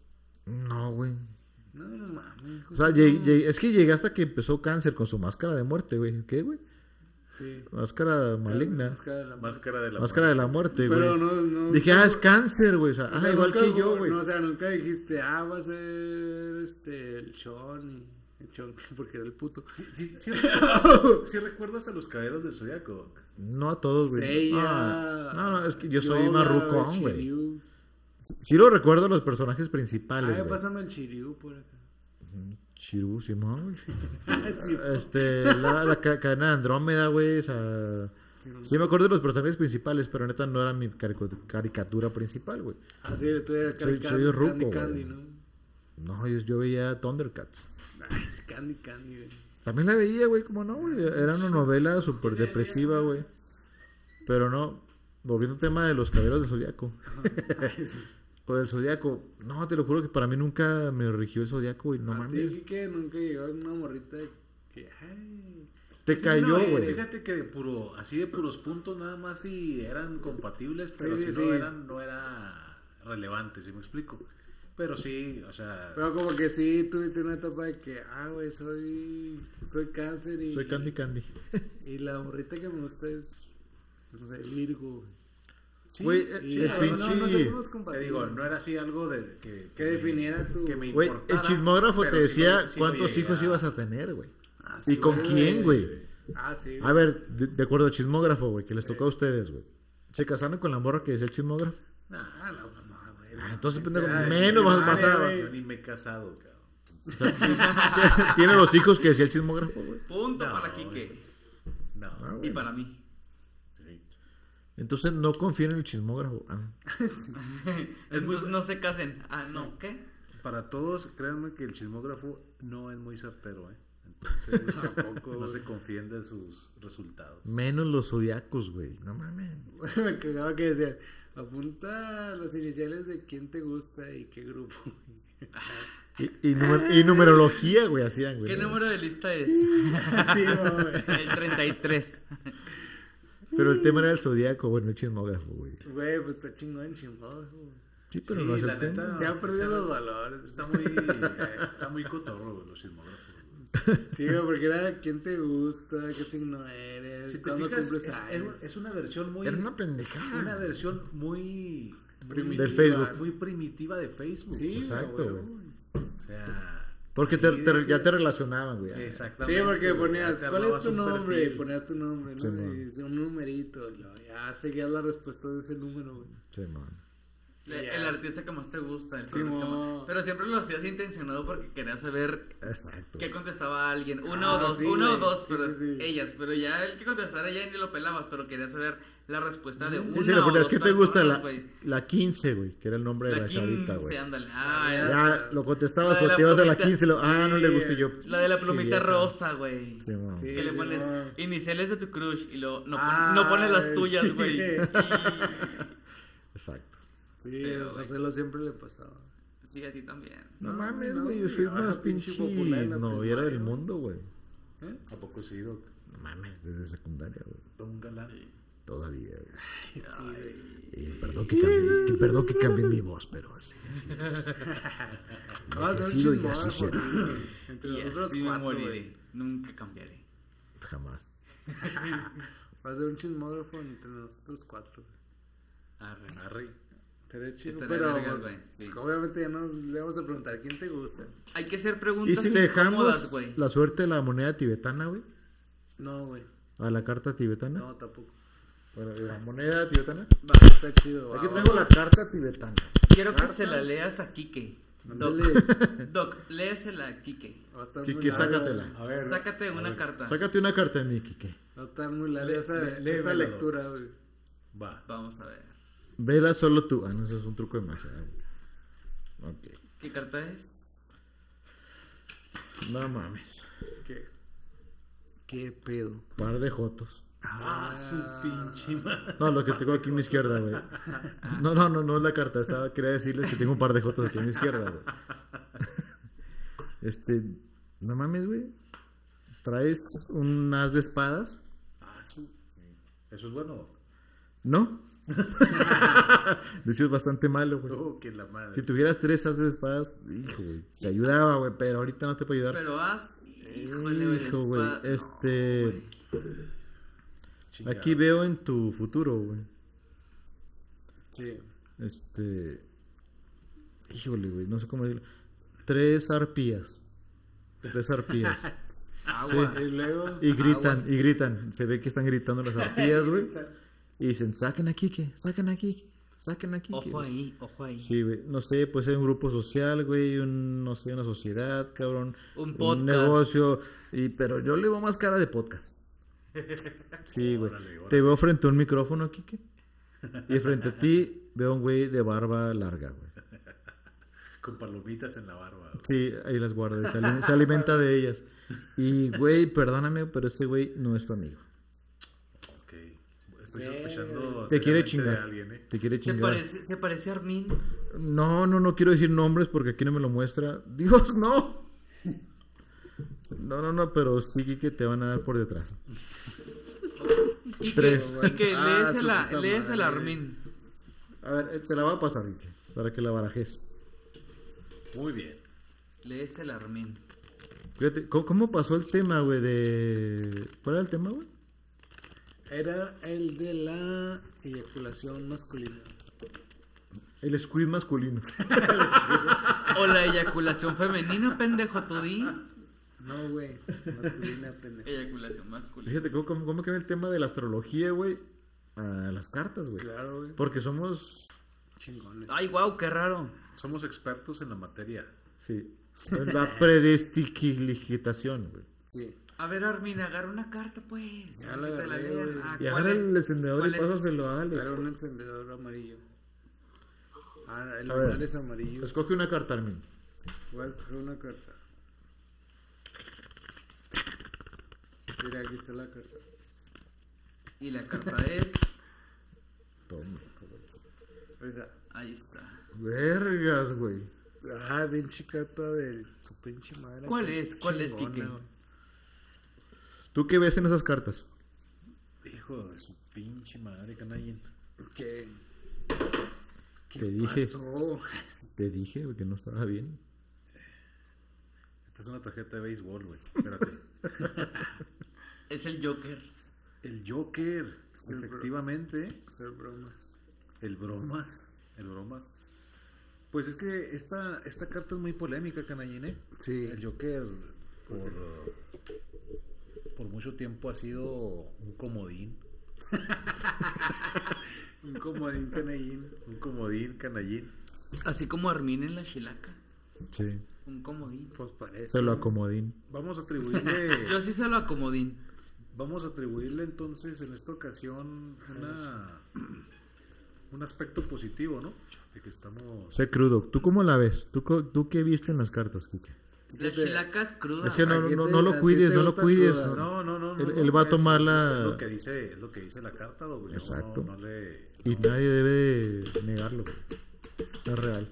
No, güey. No, no mames. O sea, llegué- llegué- es que llegué hasta que empezó Cáncer con su máscara de muerte, güey. ¿Qué, güey? Sí. Máscara maligna. Máscara de la Máscara de la Máscara de la muerte, güey. Pero no, no. Dije, no, ah, es Cáncer, güey. O sea, o ah, sea, igual nunca que jugó- yo, güey. No, o sea, nunca dijiste, ah, va a ser este, el Chon y el Chon, porque era el puto. Sí, sí, sí recuerdas, sí recuerdas a los caballeros del Zodiaco. No a todos, güey. Seiya, Ah, no, no, es que yo soy Yoga, más rucón, güey. Shiryu. Sí lo recuerdo los personajes principales, Ay, güey. pásame el Shiryu por acá. Chiru, Simón, güey. Sí, Este, la, la ca- cadena de Andrómeda, güey. O sea, sí me acuerdo de los personajes principales, pero neta no era mi carico- caricatura principal, güey. así estoy acá. Soy- Candy, soy ruco, Candy, güey. Candy, ¿no? No, yo, yo veía Thundercats. Ay, es Candy, Candy, güey. También la veía, güey, como no, güey. Era una novela súper depresiva, güey. Pero no, volviendo al tema de los caballeros del Zodiaco. Ay, sí. O del Zodiaco. No, te lo juro que para mí nunca me rigió el Zodiaco, güey. No A ti mames. sí que nunca llegó una morrita que, ay, Te Sí, cayó, no, güey. Fíjate que de puro, así de puros puntos nada más si eran compatibles, pero Sí, si sí, no sí. eran, no era relevante, ¿sí me explico? Pero sí, o sea, pero como que sí tuviste una etapa de que, ah, güey, soy, soy cáncer y, Soy Candy Candy. y la morrita que me gusta es, no sé, Virgo, güey. sí, Güey, Y el no, pinche- no, no somos te compatibles. digo, no era así algo de que, Que definiera tu- que me Güey, importara, el chismógrafo pero te sí decía lo- sí lo cuántos llegué hijos a- ibas a tener, güey. Ah, ¿Y sí, con güey. quién, güey? Ah, sí. A ver, de, de acuerdo al chismógrafo, güey, que les tocó a ustedes, güey. ¿Se casaron con la morra que decía el chismógrafo? No, no, no, no, güey. Ah, entonces, O pendejo, sea, menos vas, primaria, vas a... güey, yo ni me he casado, cabrón. O sea, ¿tiene los hijos que decía el chismógrafo, güey? Punto No, para güey. Quique. No, Ah, Y bueno. para mí. sí. Entonces no confíen en el chismógrafo. Ah. Entonces no se casen. Ah, no, ¿qué? Para todos, créanme que el chismógrafo no es muy certero, ¿eh? Entonces, tampoco no se confíen de sus resultados. Menos los zodiacos, güey. No mames. Me cagaba que decían, apunta las iniciales de quién te gusta y qué grupo. Y, y, numer- y numerología, güey, hacían, güey. ¿Qué número de lista es? Sí, güey. El treinta y tres. Pero el tema era el zodiaco, bueno, el chismógrafo, güey. Güey, pues está chingón, chingón. güey. Sí, pero Sí, no es la el tema. neta. Se han perdido ese- los valores. Está muy, eh, está muy cotorro, güey, los chismógrafos. Sí, güey, porque era quién te gusta, qué signo eres, Si te cuándo fijas, cumples es, años. es- es una versión muy... Era una pendejada. Una versión muy... Primitiva. Del Facebook. Muy primitiva de Facebook. Sí, Exacto, güey. güey. O sea... Porque te, ahí te- decía- ya te relacionaban, güey. Exactamente. Sí, porque güey, ponías, ya te ¿cuál es armabas tu un nombre? Y perfil. ponías tu nombre, ¿no? Sí, man. y dice un numerito, y luego ya seguías la respuesta de ese número, güey. Sí, man. El, Ya. el artista que más te gusta. El Sí, color que mo. más- Pero siempre lo hacías intencionado porque querías saber Exacto. qué contestaba alguien. Uno Ah, o dos, sí, uno o güey. dos, Sí, pero sí, es- sí. ellas. Pero ya el que contestara ya ni lo pelabas, pero querías saber la respuesta de una Y si le o ponías, dos ¿qué te gusta? personas, La, güey. la quince, güey, que era el nombre de La la chavita, quince, güey. ándale. Ah, ya. Ya lo contestabas, La de pero la te ibas a la plumita. quince. Lo, ah, no le Sí, gusta yo. La de la Sí, plumita vieja. rosa, güey. Sí, man. Sí. Que le pones mo. iniciales de tu crush y luego no, pon- Ah, no pones las sí. tuyas, güey. Exacto. Sí, Pero, a güey. Marcelo siempre le pasaba. Sí, a ti también. No, No, mames, no, güey. Yo güey, soy ahora más pinche pinche popular en la noviera del primaria, mundo, güey. ¿Eh? ¿A poco sí, Doc? No mames, desde secundaria, güey. Un galán. Todavía, güey. Sí, güey. Eh, perdón, que cambie, que, perdón que cambie mi voz, pero así, así es. Vamos a Así hacer ha un sido y chismógrafo, así será. güey. Entre Y nosotros así me cuatro, moriré. güey. Nunca cambiaré. Jamás. Va a ser un chismógrafo entre nosotros cuatro, güey. Arre. Arre. Pero es chido, Estaría pero vergas, pues, güey, sí. obviamente ya no le vamos a preguntar quién te gusta. Hay que hacer ¿Y preguntas si le incómodas, dejamos güey. la suerte de la moneda tibetana, güey? No, güey. A la carta tibetana. No, tampoco. Bueno, la moneda tibetana. Va, está chido. Aquí va, traigo va. la carta tibetana. Quiero que ¿Carta? se la leas a Quique. Doc, Ándale. Doc, léesela a Quique. Va a estar Quique, muy larga, sácatela. A ver. Sácate una carta. Sácate una carta de mí, Kike. Va a estar muy larga Le- esa, le- esa léemela, lectura, güey. Va. Vamos a ver. Vela solo tú. Ah, no, eso es un truco de magia. Ok. ¿Qué carta es? No mames. ¿Qué? ¿Qué pedo? Par de jotos. Ah, su pinche madre. No, lo que tengo aquí a mi izquierda, güey. No, no, no, no es la carta. Estaba, quería decirles que tengo un par de jotos aquí a mi izquierda, güey. Este. No mames, güey. Traes un as de espadas. Ah, sí. ¿Eso es bueno? ¿No? De hecho es bastante malo, güey. Oh, que la madre. Si tuvieras tres as de espadas, hijo, güey, te ayudaba, güey, pero ahorita no te puedo ayudar. Pero haz. Híjole, güey. Hijo, güey, espa- no, este... güey. Chingado. Aquí veo en tu futuro, güey. Sí. Este... Híjole, güey, no sé cómo decirlo. Tres arpías. Tres arpías. Agua. Y luego. Y gritan, Aguas. y gritan. Se ve que están gritando las arpías, güey. Y dicen, saquen a Kike, saquen a Kike, saquen a Kike. Ojo güey". ahí, ojo ahí. Sí, güey. No sé, puede ser un grupo social, güey. Un, no sé, una sociedad, cabrón. Un podcast. negocio. Y, pero yo le veo más cara de podcast. Sí, güey. Órale, órale. Te veo frente a un micrófono, Kike. Y frente a ti veo un güey de barba larga, güey. Con palomitas en la barba. güey. Sí, ahí las guarda. y Se, ali- se alimenta de ellas. Y, güey, perdóname, pero ese güey no es tu amigo. Ok. Estoy sospechando. Te quiere seriamente chingar. de alguien, ¿eh? Te quiere Se chingar. parece, se parece a Armin. No, no, no quiero decir nombres porque aquí no me lo muestra. Dios, no. No, no, no, pero sí que te van a dar por detrás. Y que, Tres. y que Ah, lees, su el, puta lees el madre. Armin. A ver, eh, te la voy a pasar, Ike, para que la barajes. Muy bien. Lees el Armin. Fíjate, ¿cómo, cómo pasó el tema, güey? De... ¿Cuál era el tema, güey? Era el de la eyaculación masculina. El squid masculino. O la eyaculación femenina, pendejo, tú di. No, güey. Masculina, pendejo. Eyaculación masculina. Fíjate, ¿cómo, cómo, cómo queda el tema de la astrología, güey? A las cartas, güey. Claro, güey. Porque somos... Chingones. Ay, wow, qué raro. Somos expertos en la materia. Sí. En la predestigitación, güey. Sí. A ver, Armin, agarra una carta, pues. Ya la Que te agarré, lean. güey. Ah, Y ¿cuál agarra es? el encendedor ¿Cuál y es? pásaselo a Ale. Era un encendedor amarillo. Ah, el A ver. lunar es amarillo. Escoge una carta, Armin. Voy a escoger una carta. Mira, aquí está la carta. Y la carta es. Toma. Esa. Ahí está. Vergas, güey. Ah, pinche carta de su pinche madre. ¿Cuál es? ¿Cuál es, Chingona, Kike? güey. ¿Tú qué ves en esas cartas? Hijo de su pinche madre, canallín. ¿Qué? Te dije, Pasó. te dije, güey, que no estaba bien. Esta es una tarjeta de béisbol, güey. Espérate. Es el Joker. El Joker. Sí, pero- Efectivamente. Hacer bromas. El bromas. El bromas. Pues es que esta, esta carta es muy polémica, canallín, ¿eh? Sí. El Joker por, por mucho tiempo ha sido un comodín. Un comodín canallín. Un comodín, canallín. Así como Armin en la Chilaca. Sí. Un comodín. Pues parece. Se lo acomodín. Vamos a atribuirle... Yo sí se lo acomodín. Vamos a atribuirle entonces en esta ocasión una, un aspecto positivo, ¿no? De que estamos... Sé crudo. ¿Tú cómo la ves? ¿Tú, co- tú qué viste en las cartas, Kike? La Chilaca es cruda. Es que no, ¿a ti no, te- no a lo ti cuides, te no lo gusta cuides. cruda? No, no, no, no. Él- no, él va a es- tomar la- Es lo que dice, es lo que dice la carta, doble. No, Exacto. No, no le... Y no. nadie debe negarlo. Es real.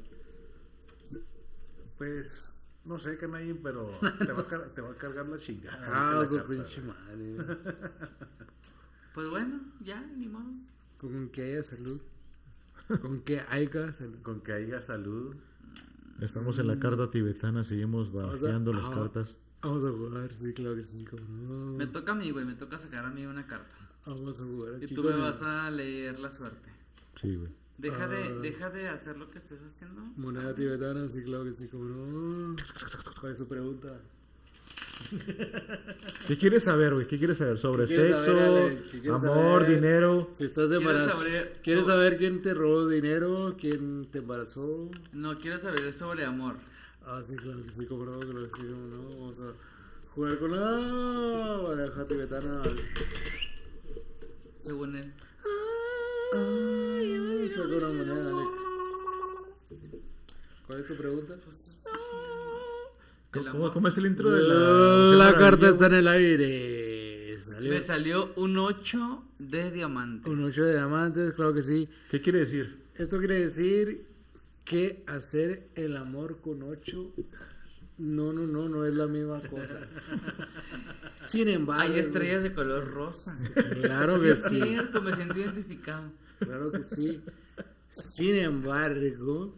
Pues, no sé, canallín, pero te va a, car- te va a cargar la chingada. dice Ah, la su carta, pinche güey. madre. Pues bueno, ya, ni modo. Con que haya salud. Con que haya salud. Con que haya salud. Estamos en la carta tibetana, seguimos Vamos a- barajeando las ah. cartas. Vamos a jugar, sí, claro que sí, cabrón. Me toca a mí, güey. Me toca sacar a mí una carta. Vamos a jugar Y aquí tú con me el- vas a leer la suerte. Sí, güey. Deja, de, Ah. deja de hacer lo que estés haciendo. Moneda tibetana, sí, claro que sí, cabrón. ¿Cuál es su pregunta? ¿Qué quieres saber, güey? ¿Qué quieres saber? ¿Sobre ¿Qué quieres sexo, saber, Ale? ¿Qué quieres amor, saber? dinero? Si estás Quiero embarazado, saber- ¿quieres so- saber quién te robó dinero? ¿Quién te embarazó? No, quiero saber sobre amor. Ah, sí, claro que sí, cabrón, claro que sí, cómo no. Vamos a jugar con la baraja tibetana. Según él. Ay, saca una moneda, Ale. ¿Cuál es tu pregunta? El ¿Cómo, amor. cómo es el intro de la... La de carta maravilla, está en güey? el aire. Salió Me salió un ocho de diamante. un ocho de diamantes, claro que sí. ¿Qué quiere decir? Esto quiere decir que hacer el amor con ocho No, no, no, no es la misma cosa. Sin embargo, Hay estrellas de color rosa. claro Sí, que es sí, cierto, me siento identificado. claro que sí. Sin embargo,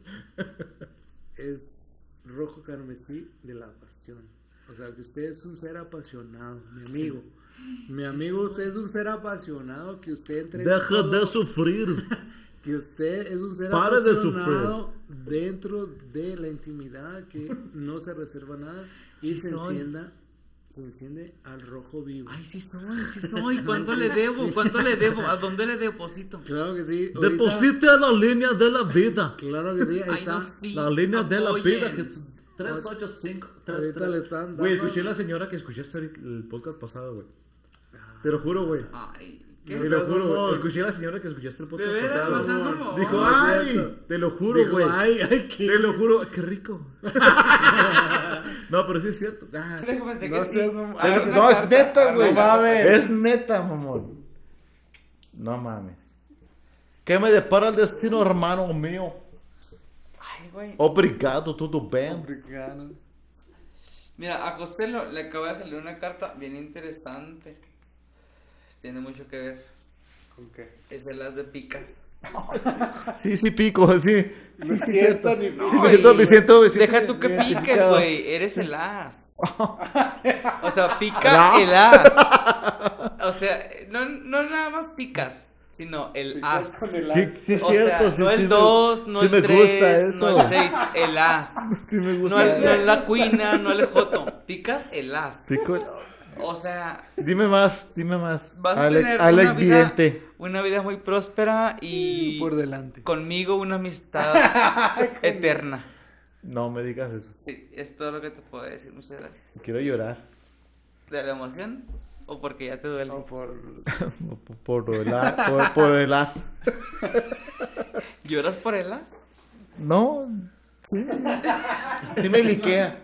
es rojo carmesí de la pasión. O sea, que usted es un ser apasionado, mi amigo. Mi amigo, usted es un ser apasionado, que usted entre Deja de sufrir. que usted es un ser Pare de apasionado dentro de la intimidad, que no se reserva nada y Sí se soy. encienda, se enciende al rojo vivo. Ay, sí soy, sí soy. ¿Cuánto le debo? ¿Cuánto le debo? ¿A dónde le deposito? Claro que sí. ahorita- Deposite a la línea de la vida. Claro que sí, ahí Ay, está. no, sí. La línea de la Apoyen. vida. Que es tres ocho cinco. Ahorita le están Güey, dando- escuché a la señora que escuchaste ahorita el podcast pasado, güey. Te lo juro, güey. Ay, Te ¿qué? lo juro, güey. mamón. Escuché a la señora que escuchaste el podcast ¿De veras? pasado. ¿No seas güey. mamón? Dijo, No, es ay, cierto. te lo juro, Dijo, güey. ay, ay, qué. Te lo juro, qué rico. No, pero sí es cierto. Ah, Déjame decir No que sé, sí. no- A ver, una no, es carta. neta, A ver, güey. una carta. Es neta, mamón. No mames. ¿Qué me depara el destino, hermano mío? Ay, güey. Obrigado, tudo bem? Africano. Mira, a José lo- le acaba de salir una carta bien interesante. Tiene mucho que ver. ¿Con qué? Es el as de picas. Sí, sí, pico, sí. No es cierto, ni No, Sí, me siento, y- me siento, me siento Deja tú que piques, identificado. güey. Eres el as. O sea, pica el as. O sea, no, no nada más picas, sino el as. con el Sí, as. sí, es O cierto. sea, sí, no sí el me- dos, no sí el me tres, gusta eso. no el seis, el as. Sí me gusta. No el, no el la cuina, no el joto. Picas el as. Pico. O sea, Dime más, dime más. vas a Alec, tener Alec una vida, Vidente. una vida muy próspera y Por delante. conmigo una amistad eterna. No me digas eso. Sí, es todo lo que te puedo decir. Muchas gracias. Quiero llorar. ¿De la emoción? ¿O porque ya te duele? O por... Por el, a- por, por el as. ¿Lloras por el as? No, sí. Sí me liquea.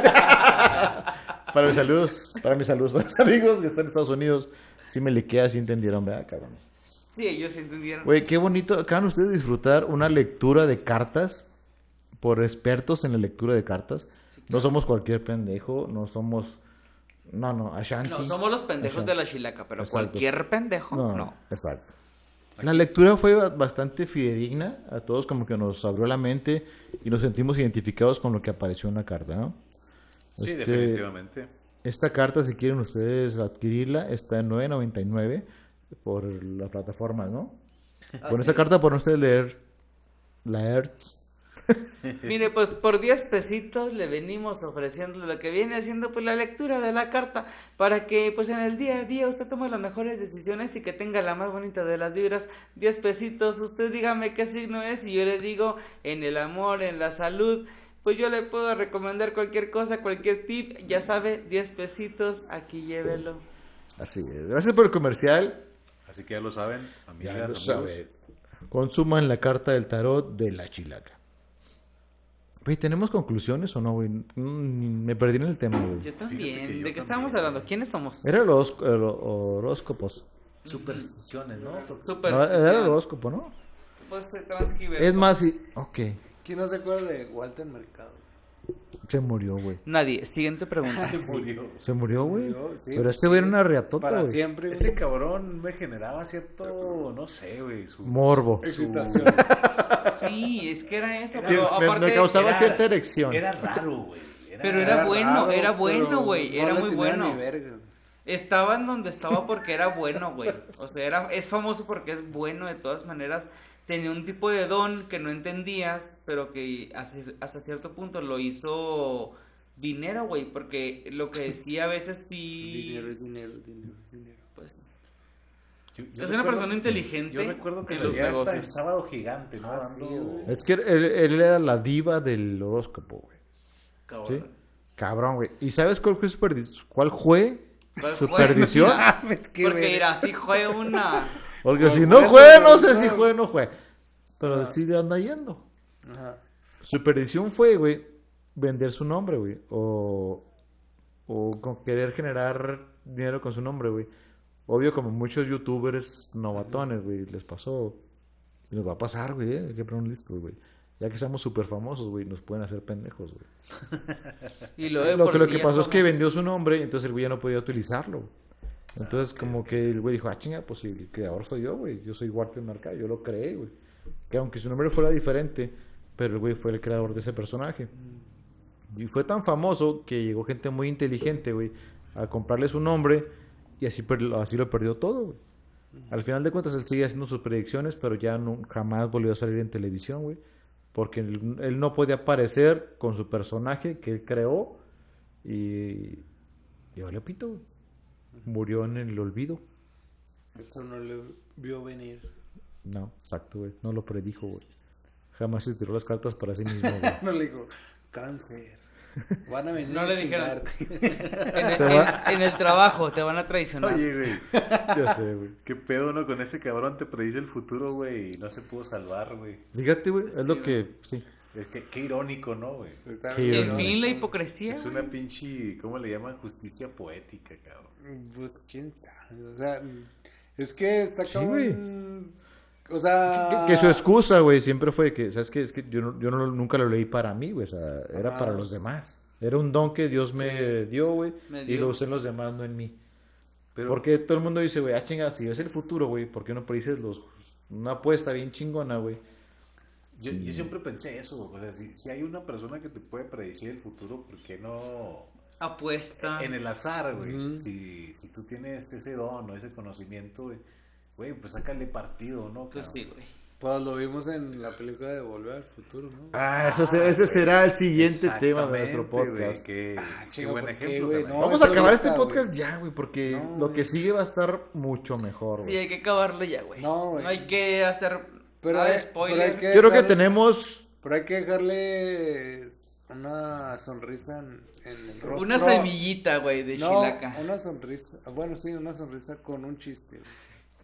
Para mis saludos, para mis saludos, para mis amigos que están en Estados Unidos. Sí me liquea, sí entendieron, ¿verdad, cabrón? Sí, ellos entendieron. Güey, qué bonito. Acaban ustedes de disfrutar una lectura de cartas por expertos en la lectura de cartas. No somos cualquier pendejo, no somos... No, no, Ashanti. No, somos los pendejos Ashanti. de la chilaca, pero Exacto. cualquier pendejo, No, no. exacto. La lectura fue ba- bastante fidedigna, a todos como que nos abrió la mente y nos sentimos identificados con lo que apareció en la carta, ¿no? Sí, Este, definitivamente. Esta carta, si quieren ustedes adquirirla, está en nueve noventa y nueve por las plataformas, ¿no? Con Así esta es. carta pueden ustedes leer la Hertz. Mire, pues por diez pesitos le venimos ofreciendo lo que viene haciendo pues la lectura de la carta para que pues en el día a día usted tome las mejores decisiones y que tenga la más bonita de las vibras. diez pesitos, usted dígame qué signo es y yo le digo en el amor, en la salud, pues yo le puedo recomendar cualquier cosa, cualquier tip, ya sabe, diez pesitos, aquí llévelo. Así es. Gracias por el comercial. Así que ya lo saben, amigas, Ya lo amigos. saben. Consuman la carta del tarot de la chilaca. Oye, ¿tenemos conclusiones o no, güey? Mm, Me perdí en el tema, güey. Yo Fíjate también, que yo ¿de qué también. estamos hablando? ¿Quiénes somos? Era el horóscopo, el horóscopos. Supersticiones, ¿no? Super. No, era el horóscopo, ¿no? Pues soy transquiverso. Es más, sí. Ok. ¿Quién no se acuerda de Walter Mercado? Se murió, güey. Nadie. Siguiente pregunta. Se murió. Se murió, güey. Murió, sí, Pero este güey era una riatota, Para güey. siempre. güey. Ese cabrón me generaba cierto, no sé, güey, su... Morbo. Excitación. Sí, es que era eso. Sí, Pero me, aparte, me causaba era- cierta erección. Era raro, güey. Pero era bueno, raro, era bueno, pero güey. no Era le muy tenía bueno. ni verga. Estaba en donde estaba porque era bueno, güey. O sea, era, es famoso porque es bueno de todas maneras. Tenía un tipo de don que no entendías, pero que hasta, hasta cierto punto lo hizo dinero, güey. Porque lo que decía a veces sí... Dinero es dinero, dinero es dinero. Pues, Yo- yo es una recuerdo- persona inteligente. Yo recuerdo que en los salía hasta negocios. el sábado gigante, ¿no? Ah, sí, Dando- güey. Es que él, él era la diva del horóscopo, güey. Cabrón. ¿Sí? Cabrón, güey. ¿Y sabes cuál fue su perdición? ¿Cuál fue ¿Cuál su fue? perdición? Mira, Qué porque verga. era así, fue una... Porque No si fue, no no fue, fue, no sé no. si fue o no fue. Pero Ah. sí le anda yendo. Ajá. Su perdición fue, güey, vender su nombre, güey. O, o con querer generar dinero con su nombre, güey. Obvio, como muchos youtubers novatones, güey, les pasó. Y les va a pasar, güey, eh, hay que poner listos, güey. ya que somos súper famosos, güey, nos pueden hacer pendejos, güey. Y luego, Lo que, lo porque que ya pasó es que somos- vendió su nombre, entonces el güey ya no podía utilizarlo, güey. Entonces, como que el güey dijo, ah, chinga, pues el creador soy yo, güey. Yo soy Walter Mercado, yo lo creé, güey. Que aunque su nombre fuera diferente, pero el güey fue el creador de ese personaje. Y fue tan famoso que llegó gente muy inteligente, güey, a comprarle su nombre y así, per- así lo perdió todo, güey. Al final de cuentas, él sigue haciendo sus predicciones, pero ya no, jamás volvió a salir en televisión, güey. Porque él, él no podía aparecer con su personaje que él creó y... Y valió pito, güey. Murió en el olvido. Eso no le vio venir. No, exacto, güey. No lo predijo, güey. Jamás se tiró las cartas para sí mismo, güey. No le dijo, cáncer. Van a venir No a le dijeron. chingarte. En el, Te va- en- en el trabajo te van a traicionar. Oye, güey, Ya sé, güey. qué pedo, ¿no? Con ese cabrón te predice el futuro, güey, y no se pudo salvar, güey. Fíjate, güey, es lo que... Sí. Es que, qué irónico, ¿no, güey? Está Sí, bien, En no, fin, la ¿no? hipocresía. Es una pinche, ¿cómo le llaman? Justicia poética, cabrón. Pues quién sabe, o sea, es que está Sí, cabrón. O sea, Que, que su excusa, güey, siempre fue que, ¿sabes qué? Es que yo, no, yo no, nunca lo leí para mí, güey, o sea, era Ajá. para los demás. Era un don que Dios me dio, güey, Me y dio. lo usé en los demás, no en mí. Pero, Porque todo el mundo dice, güey, ah, chinga, si es el futuro, güey, ¿por qué no predices los, una apuesta bien chingona, güey? Yo, yo siempre pensé eso, o sea, si, si hay una persona que te puede predecir el futuro, ¿por qué no Apuesta. en el azar, güey? Ujú. si, si tú tienes ese don o ese conocimiento, güey, güey, pues sácale partido, ¿no? Pues cabrón? sí, güey. pues lo vimos en la película de Volver al Futuro, ¿no? Ah, eso se- ese será el siguiente tema de Exactamente, nuestro podcast. güey, qué, Ah, qué chinga, buen ¿por qué, ejemplo, güey? también. No, Vamos a eso acabar ahorita, este podcast güey. ya, güey, porque No, lo güey. que sigue va a estar mucho mejor, Sí, güey. hay que acabarlo ya, güey. No, güey. No hay que hacer Pero nada de hay- spoilers. pero hay que- Yo creo que dejarle- tenemos... Pero hay que dejarles una sonrisa en, en el rostro. Una semillita, güey, de No, chilaca. una sonrisa. Bueno, sí, una sonrisa con un chiste. güey.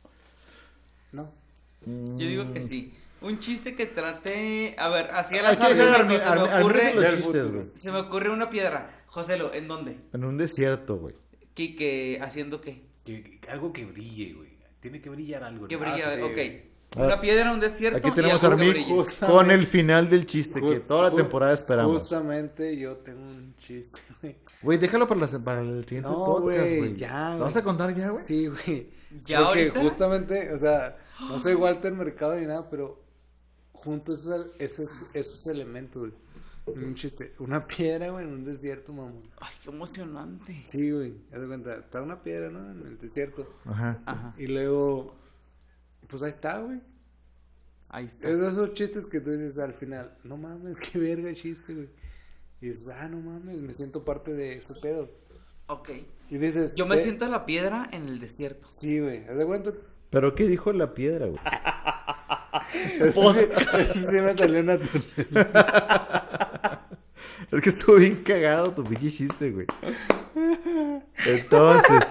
¿No? Yo digo que sí. Un chiste que trate... A ver, así al Hay que azar, dejar güey, armi- se me armi- ocurre... armarse los del chistes, futuro. güey. Se me ocurre una piedra. Joselo, ¿en dónde? En un desierto, güey. ¿Qué, qué, ¿Haciendo qué? Que- que- algo que brille, güey. Tiene que brillar algo. Que ¿no? brilla, Ah, sí, ok. güey. Una Ah, piedra en un desierto Aquí y tenemos a algo que Armin brille. Justamente. con el final del chiste que Just- toda la ju- temporada esperamos. Justamente yo tengo un chiste, güey. Güey, déjalo para, la- para el siguiente No, podcast, güey, güey. ya, ¿Lo vas güey. a contar ya, güey? Sí, güey. ¿Ya Porque ahorita? justamente, o sea, no soy Walter Mercado ni nada, pero junto esos, esos, esos elementos, güey. Un chiste, una piedra, güey, en un desierto, mamón. Ay, qué emocionante. Sí, güey, haz de cuenta, está una piedra, ¿no? En el desierto. Ajá. Ajá, Y luego, pues ahí está, güey. ahí está. Es de esos chistes que tú dices al final, no mames, qué verga chiste, güey. Y dices, ah, no mames, me siento parte de ese pedo. Ok. Y dices, Yo me "Ve-". siento la piedra en el desierto. Sí, güey, haz de cuenta. ¿Pero qué dijo la piedra, güey? Eso sí, eso sí me salió natural. Es que estuvo bien cagado tu pinche chiste, güey. Entonces,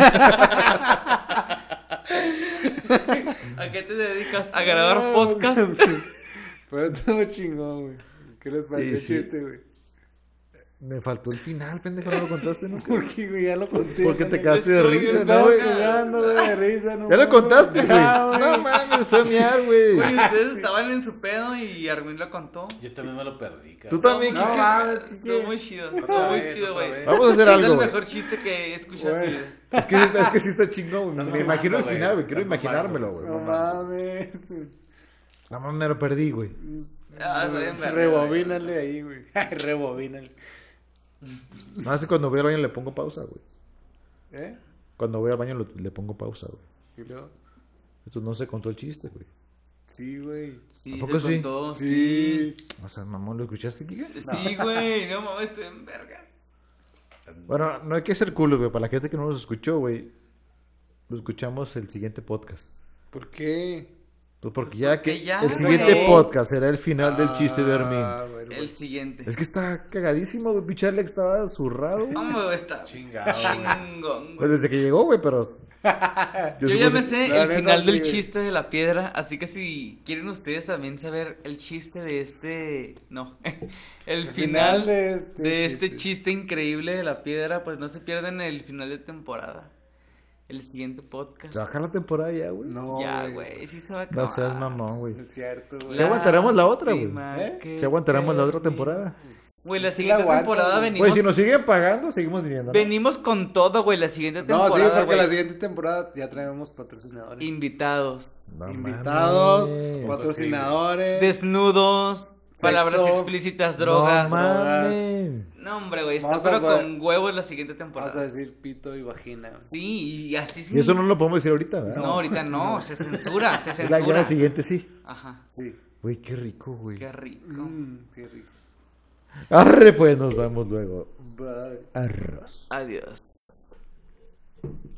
¿A qué te dedicas? ¿A grabar podcast? Pero estuvo chingón, güey. ¿Qué les pareció el Sí, sí. chiste, güey? me faltó el final, pendejo, no lo contaste, ¿no? Porque, güey, ya lo conté. Porque te güey. cagaste de Estoy risa, bien ¿no, güey? verga. Cagando, güey, de risa, no Ya lo mames. contaste, güey. Ya, No mames, fue a miar, güey. Güey, ustedes estaban en su pedo y Armin lo contó. Yo también me lo perdí, Tú cabrón. también, No, Kike. mames, Estuvo muy chido, estuvo Otra muy vez, chido, otra güey. vez. Vamos a hacer Es algo, el güey. mejor chiste que he escuchado en mi Güey. vida. Es que, es que sí está chingón, güey. No, Me no, imagino el güey. final, güey. Quiero No, imaginármelo, güey. No mames. No mames, me lo perdí, güey. Ah, está bien verga, Rebobínale ahí, güey. Rebobínale. No, es que cuando voy al baño le pongo pausa, güey. ¿Eh? Cuando voy al baño lo- le pongo pausa, güey. ¿Y luego? Esto no se contó el chiste, güey. Sí, güey. Sí, ¿A poco te sí? contó, sí. O sea, mamón, ¿lo escuchaste, Kike? Sí, güey, no mames, estoy en verga. Bueno, no hay que ser culo, güey. Para la gente que no nos escuchó, güey. Lo escuchamos el siguiente podcast. ¿Por qué? Pues porque ya Porque que ya, el güey. siguiente podcast será el final del chiste de Ah, Armin. bueno, El bueno. siguiente. Es que está cagadísimo, güey. Pinche Alex estaba zurrado, güey. Vamos, está Chingado, güey. chingón, Pues güey. desde que llegó, güey, pero... Yo ya supuse- me sé La el neta, final sí, del güey. chiste de la piedra, así que si quieren ustedes también saber el chiste de este... No, el final de este, de este chiste. chiste increíble de la piedra, pues no se pierdan el final de temporada. el siguiente podcast. Se baja la temporada ya, güey. No, Ya, güey, sí se va a acabar. No seas mamón, güey. Es cierto, güey. Sí aguantaremos la otra, güey. Lástima ¿Eh? que Si aguantaremos la otra termine. temporada. Güey, la Sí siguiente la aguanto, temporada güey. venimos... Güey, si nos siguen pagando, seguimos viniendo, ¿no? Venimos con todo, güey, la siguiente No, temporada, sí, porque güey. la siguiente temporada ya traemos patrocinadores. Invitados, No Invitados, mames. patrocinadores. desnudos, palabras Sexo. explícitas, drogas. No No, mames. hombre, güey, está Vamos a pero jugar. con huevos la siguiente Vamos a temporada. decir pito y vagina. güey. Sí, y así sí. Y eso no lo podemos decir ahorita, ¿verdad? No, ahorita no, se censura, se Es la, ya la censura. siguiente sí. Ajá, Sí. Güey, qué rico, güey. qué rico. Mm, qué rico. Arre, pues nos vemos luego. Bye. Arroz. Adiós.